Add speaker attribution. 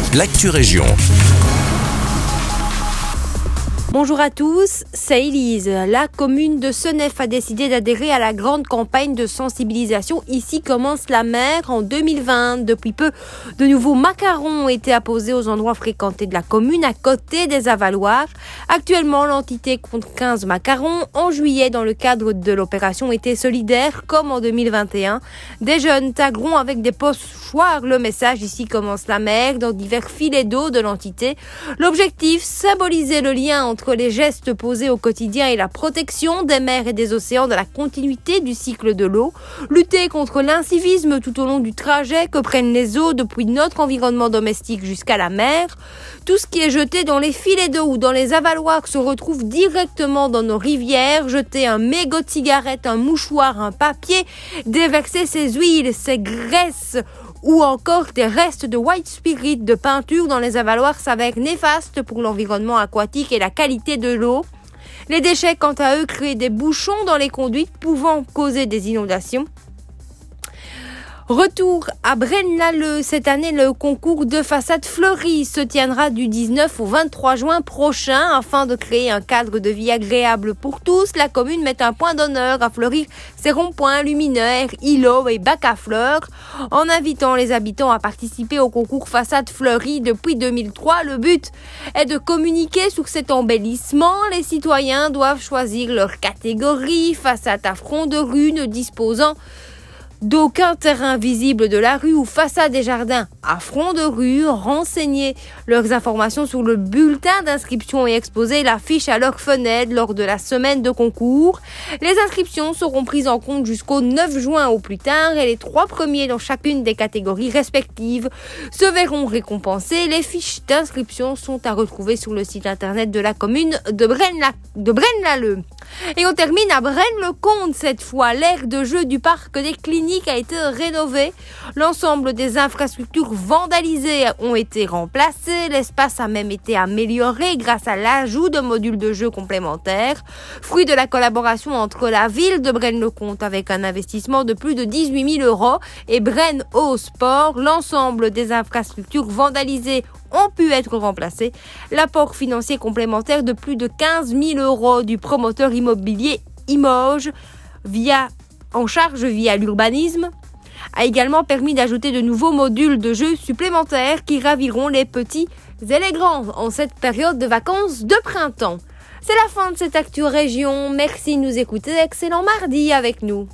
Speaker 1: l'actu région.
Speaker 2: Bonjour à tous, c'est Elise. La commune de Senef a décidé d'adhérer à la grande campagne de sensibilisation Ici commence la mer en 2020. Depuis peu, de nouveaux macarons ont été apposés aux endroits fréquentés de la commune à côté des avaloirs. Actuellement, l'entité compte 15 macarons. En juillet, dans le cadre de l'opération Été solidaire, comme en 2021, des jeunes tagueront avec des pochoirs le message Ici commence la mer dans divers filets d'eau de l'entité. L'objectif, symboliser le lien entre les gestes posés au quotidien et la protection des mers et des océans dans la continuité du cycle de l'eau, lutter contre l'incivisme tout au long du trajet que prennent les eaux depuis notre environnement domestique jusqu'à la mer. Tout ce qui est jeté dans les filets d'eau ou dans les avaloirs se retrouve directement dans nos rivières. Jeter un mégot de cigarette, un mouchoir, un papier, déverser ses huiles, ses graisses ou encore des restes de white spirit de peinture dans les avaloirs s'avèrent néfastes pour l'environnement aquatique et la qualité de l'eau. Les déchets, quant à eux, créent des bouchons dans les conduites pouvant causer des inondations. Retour à Braine-l'Alleud. Cette année, le concours de façade fleurie se tiendra du 19 au 23 juin prochain. Afin de créer un cadre de vie agréable pour tous, la commune met un point d'honneur à fleurir ses ronds-points, luminaires, îlots et bacs à fleurs. En invitant les habitants à participer au concours façade fleurie depuis 2003, le but est de communiquer sur cet embellissement. Les citoyens doivent choisir leur catégorie. Façade à front de rue ne disposant d'aucun terrain visible de la rue ou façade des jardins à front de rue, renseigner leurs informations sur le bulletin d'inscription et exposer l'affiche à leur fenêtre lors de la semaine de concours. Les inscriptions seront prises en compte jusqu'au 9 juin au plus tard et les 3 premiers dans chacune des catégories respectives se verront récompensés. Les fiches d'inscription sont à retrouver sur le site internet de la commune de Braine-l'Alleud. Et on termine à Braine-le-Comte cette fois. L'aire de jeu du parc des cliniques a été rénovée. L'ensemble des infrastructures vandalisées ont été remplacées. L'espace a même été amélioré grâce à l'ajout de modules de jeu complémentaires. Fruit de la collaboration entre la ville de Braine-le-Comte avec un investissement de plus de 18 000 € et Braine Eau Sport, l'ensemble des infrastructures vandalisées ont pu être remplacés. L'apport financier complémentaire de plus de 15 000 € du promoteur immobilier Imoge en charge via l'urbanisme a également permis d'ajouter de nouveaux modules de jeux supplémentaires qui raviront les petits et les grands en cette période de vacances de printemps. C'est la fin de cette Actu Région. Merci de nous écouter. Excellent mardi avec nous.